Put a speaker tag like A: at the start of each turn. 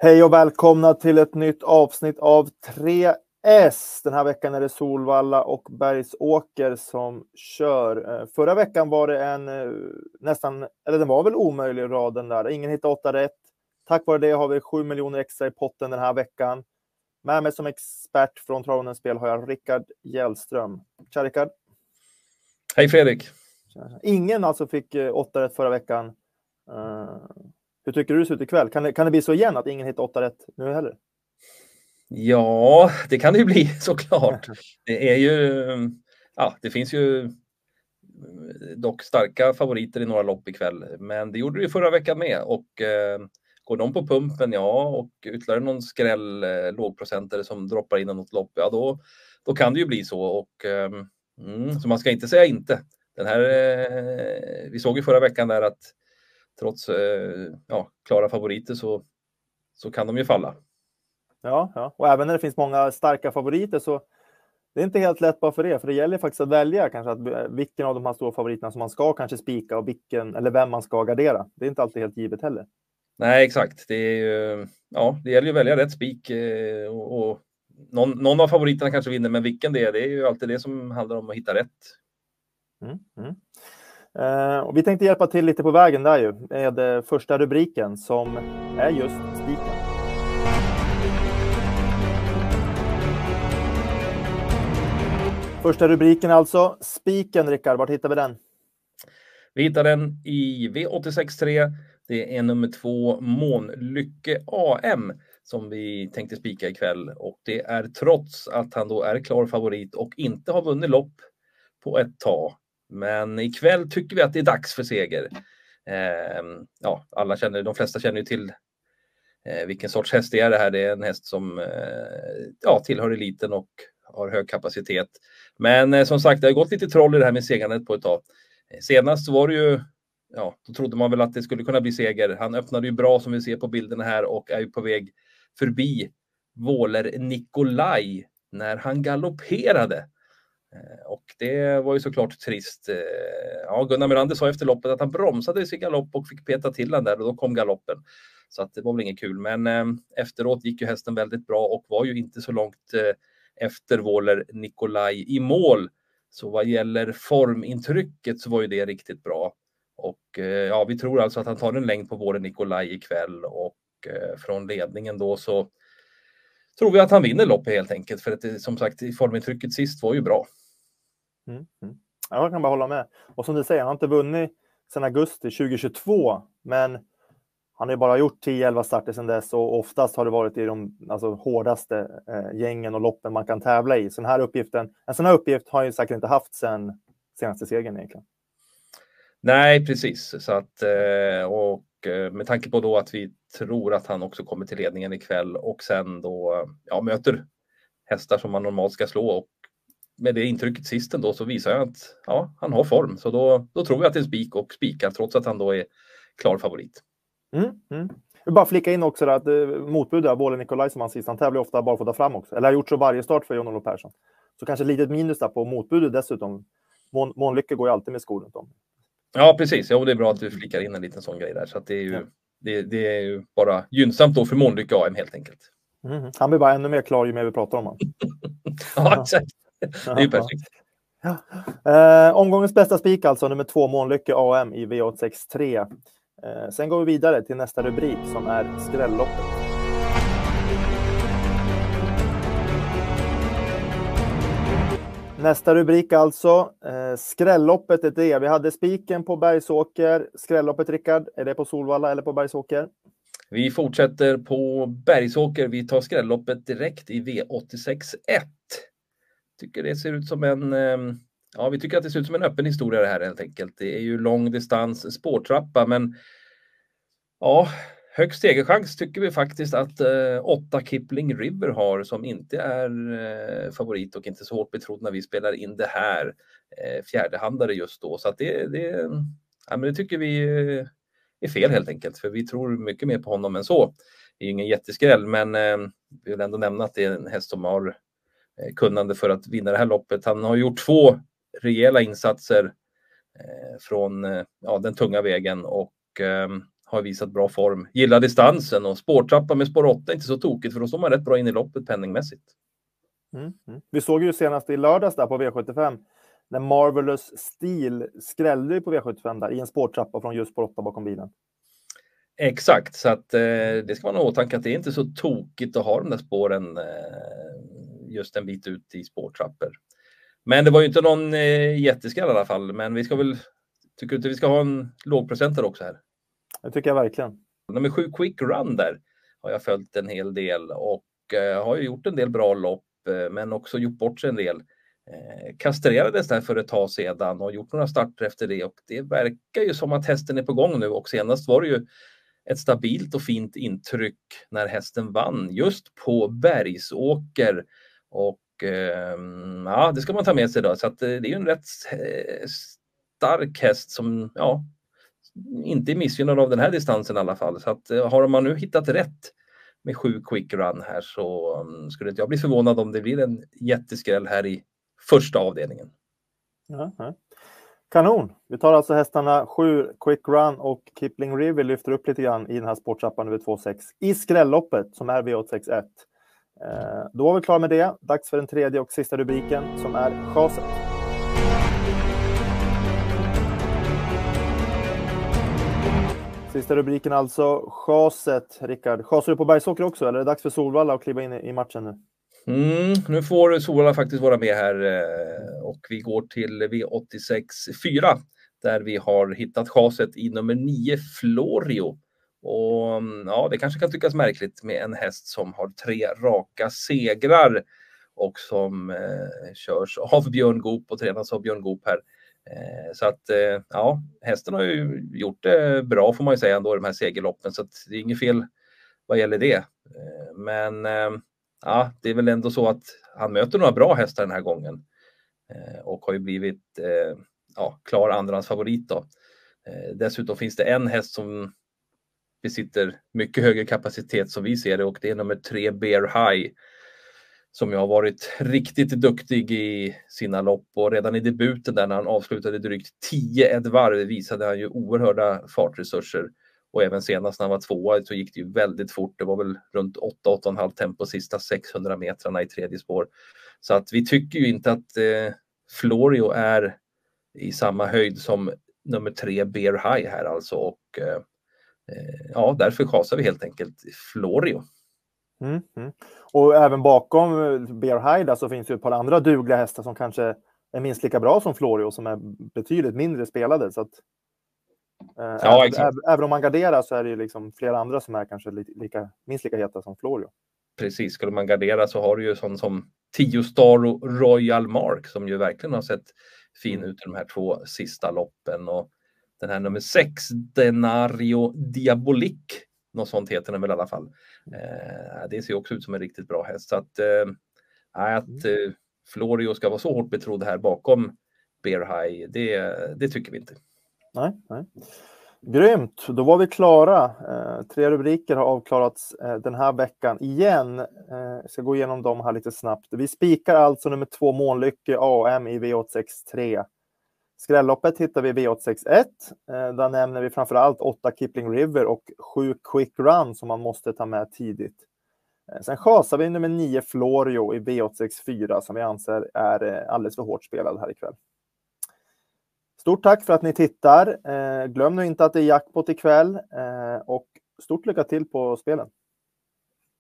A: Hej och välkomna till ett nytt avsnitt av 3S. Den här veckan är det Solvalla och Bergsåker som kör. Förra veckan var det den var väl omöjlig raden där. Ingen hittade 8 rätt. Tack vare det har vi 7 miljoner extra i potten den här veckan. Med mig som expert från Travonens spel har jag Rickard Hjellström. Tja Rickard.
B: Hej Fredrik.
A: Ingen alltså fick 8 rätt förra veckan. Hur tycker du det ser ut ikväll? Kan det bli så igen att ingen hittar 8 rätt nu heller?
B: Ja, det kan det ju bli såklart. Det är ju, det finns ju dock starka favoriter i några lopp ikväll. Men det gjorde det ju förra veckan med. Och går de på pumpen, och ytterligare någon skräll lågprocentare som droppar in i något lopp, då kan det ju bli så. Och så man ska inte säga inte. Den här, vi såg ju förra veckan där att trots klara favoriter så kan de ju falla.
A: Ja, och även när det finns många starka favoriter så det är inte helt lätt bara för det. För det gäller faktiskt att välja kanske att vilken av de här stora favoriterna som man ska kanske spika och vem man ska gardera. Det är inte alltid helt givet heller.
B: Nej, exakt. Det är ju, det gäller ju att välja rätt spik och någon av favoriterna kanske vinner, men vilken det är ju alltid det som handlar om att hitta rätt.
A: Och vi tänkte hjälpa till lite på vägen där ju med första rubriken som är just spiken. Första rubriken alltså, spiken Rickard, vart hittar vi den?
B: Vi hittar den i V86.3. Det är nummer 2 Månlycke AM som vi tänkte spika ikväll, och det är trots att han då är klar favorit och inte har vunnit lopp på ett tag. Men ikväll tycker vi att det är dags för seger. De flesta känner ju till vilken sorts häst det är. Det här är en häst som tillhör eliten och har hög kapacitet. Men som sagt, det har gått lite troll i det här med segandet på ett tag. Senast var det ju, då trodde man väl att det skulle kunna bli seger. Han öppnade ju bra som vi ser på bilderna här och är ju på väg förbi Våler Nikolaj när han galopperade. Och det var ju såklart trist. Gunnar Melander sa efter loppet att han bromsade i sin galopp och fick peta till den där, och då kom galoppen. Så att det var väl inget kul. Men efteråt gick ju hästen väldigt bra och var ju inte så långt efter Våler Nikolaj i mål. Så vad gäller formintrycket så var ju det riktigt bra. Och vi tror alltså att han tar en längd på Våler Nikolaj ikväll, och från ledningen då så tror vi att han vinner loppet helt enkelt. För att som sagt, formintrycket sist var ju bra.
A: Jag kan bara hålla med. Och som du säger, han har inte vunnit sedan augusti 2022. Men han har ju bara gjort 10-11 starter sedan dess. Och oftast har det varit i de hårdaste gängen och loppen man kan tävla i. En sån här uppgift har han ju säkert inte haft sedan senaste segern egentligen.
B: Nej, precis. Så att, och med tanke på då att vi tror att han också kommer till ledningen ikväll och sen då möter hästar som man normalt ska slå, och med det intrycket sisten då så visar jag att han har form. Så då tror vi att det är spik och spikar trots att han då är klar favorit.
A: Jag vill bara flika in också att motbudet av Våler Nikolaj som han sist, han tävlar ofta bara för att ta fram också. Eller har gjort så varje start för Jon-Olof Persson. Så kanske litet minus där på motbudet dessutom. Månlycke går ju alltid med skor runt om.
B: Ja, precis. Det är bra att du flikar in en liten sån grej där. Så att det är ju bara gynnsamt då för Månlycke AM helt enkelt.
A: Han blir bara ännu mer klar ju mer vi pratar om han.
B: Ja, exakt. Det är ju perfekt.
A: Omgångens bästa spik alltså, nummer 2 Månlycke AM i V86.3. Sen går vi vidare till nästa rubrik som är skrälloppet. Nästa rubrik alltså, skrälloppet är det. Vi hade spiken på Bergsåker. Skrälloppet, Rickard, är det på Solvalla eller på Bergsåker?
B: Vi fortsätter på Bergsåker. Vi tar skrälloppet direkt i V86.1. Tycker det ser ut som vi tycker att det ser ut som en öppen historia det här helt enkelt. Det är ju lång distans, spårtrappa, men högst segerchans tycker vi faktiskt att 8 Kipling River har, som inte är favorit och inte så hårt betrodd när vi spelar in det här. Fjärdehandare just då. Så att det tycker vi är fel helt enkelt. För vi tror mycket mer på honom än så. Det är ju ingen jätteskräll, men vi vill ändå nämna att det är en häst som har kunnande för att vinna det här loppet. Han har gjort 2 rejäla insatser från den tunga vägen, och har visat bra form. Gillar distansen och spårtrappa med spår 8 är inte så tokigt för då står man rätt bra in i loppet penningmässigt.
A: Vi såg ju senast i lördags där på V75 när Marvelous Steel skrällde på V75 där i en spårtrappa från just spår 8 bakom bilen.
B: Exakt, så att det ska man ha i åtanke att det är inte så tokigt att ha de där spåren just en bit ut i spårtrappor. Men det var ju inte någon jätteskräll i alla fall, men vi ska väl, tycker du inte vi ska ha en lågprocentare också här?
A: Det tycker jag verkligen.
B: Nummer 7 Quick Run där har jag följt en hel del och har ju gjort en del bra lopp men också gjort bort sig en del. Kastrerades där för ett tag sedan och gjort några starter efter det och det verkar ju som att hästen är på gång nu och senast var det ju ett stabilt och fint intryck när hästen vann just på Bergsåker och ja, det ska man ta med sig då så att det är ju en rätt stark häst som ja, inte är missgynnad av den här distansen i alla fall så att har man nu hittat rätt med 7 Quick Run här så skulle inte jag bli förvånad om det blir en jätteskräll här i första avdelningen.
A: Ja. Kanon! Vi tar alltså hästarna 7 Quick Run och Kipling River lyfter upp lite grann i den här sporttrappan över 2,6 i skrälloppet som är V861. Då var vi klara med det. Dags för den tredje och sista rubriken som är chaset. Sista rubriken alltså, chaset. Rickard, chasar du på Bergsåker också eller är det dags för Solvalla att kliva in i matchen nu?
B: Nu får Solvalla faktiskt vara med här och vi går till V86 4 där vi har hittat chaset i nummer 9 Florio. Och ja, det kanske kan tyckas märkligt med en häst som har 3 raka segrar och som körs av Björn Goop och tränas av Björn Goop här. Så att ja, hästen har ju gjort det bra får man ju säga ändå i de här segerloppen så att det är inget fel vad gäller det. Men ja, det är väl ändå så att han möter några bra hästar den här gången och har ju blivit ja, klar andrahandsfavorit då. Dessutom finns det en häst som besitter mycket högre kapacitet som vi ser det och det är nummer 3 Bear High som jag har varit riktigt duktig i sina lopp och redan i debuten där när han avslutade drygt 10 ett varv visade han ju oerhörda fartresurser och även senast när han var 2 så gick det ju väldigt fort. Det var väl runt 8,5 tempo sista 600 metrarna i tredje spår. Så att vi tycker ju inte att Florio är i samma höjd som nummer 3 Bear High här alltså och ja, därför chasar vi helt enkelt Florio.
A: Och även bakom Bear High så finns ju ett par andra dugliga hästar som kanske är minst lika bra som Florio som är betydligt mindre spelade så att
B: ja,
A: även om man garderar så är det ju liksom flera andra som är kanske minst lika heta som Florio.
B: Precis, skulle man gardera så har du ju sån som 10 Star Royal Mark som ju verkligen har sett fin ut i de här 2 sista loppen och den här nummer 6 Denario Diabolik något sånt heter den väl i alla fall. Det ser också ut som en riktigt bra häst så att Florio ska vara så hårt betrodd här bakom Bear High det tycker vi inte.
A: Nej. Grymt, då var vi klara. 3 rubriker har avklarats den här veckan igen. Jag ska gå igenom dem här lite snabbt. Vi spikar alltså nummer 2 Månlycke AM i V863. Skrälloppet hittar vi V861. Där nämner vi framförallt 8 Kipling River och 7 Quick Run som man måste ta med tidigt. Sen chasar vi nummer 9 Florio i V864 som vi anser är alldeles för hårt spelad här ikväll. Stort tack för att ni tittar. Glöm nu inte att det är jackpot ikväll och stort lycka till på spelen.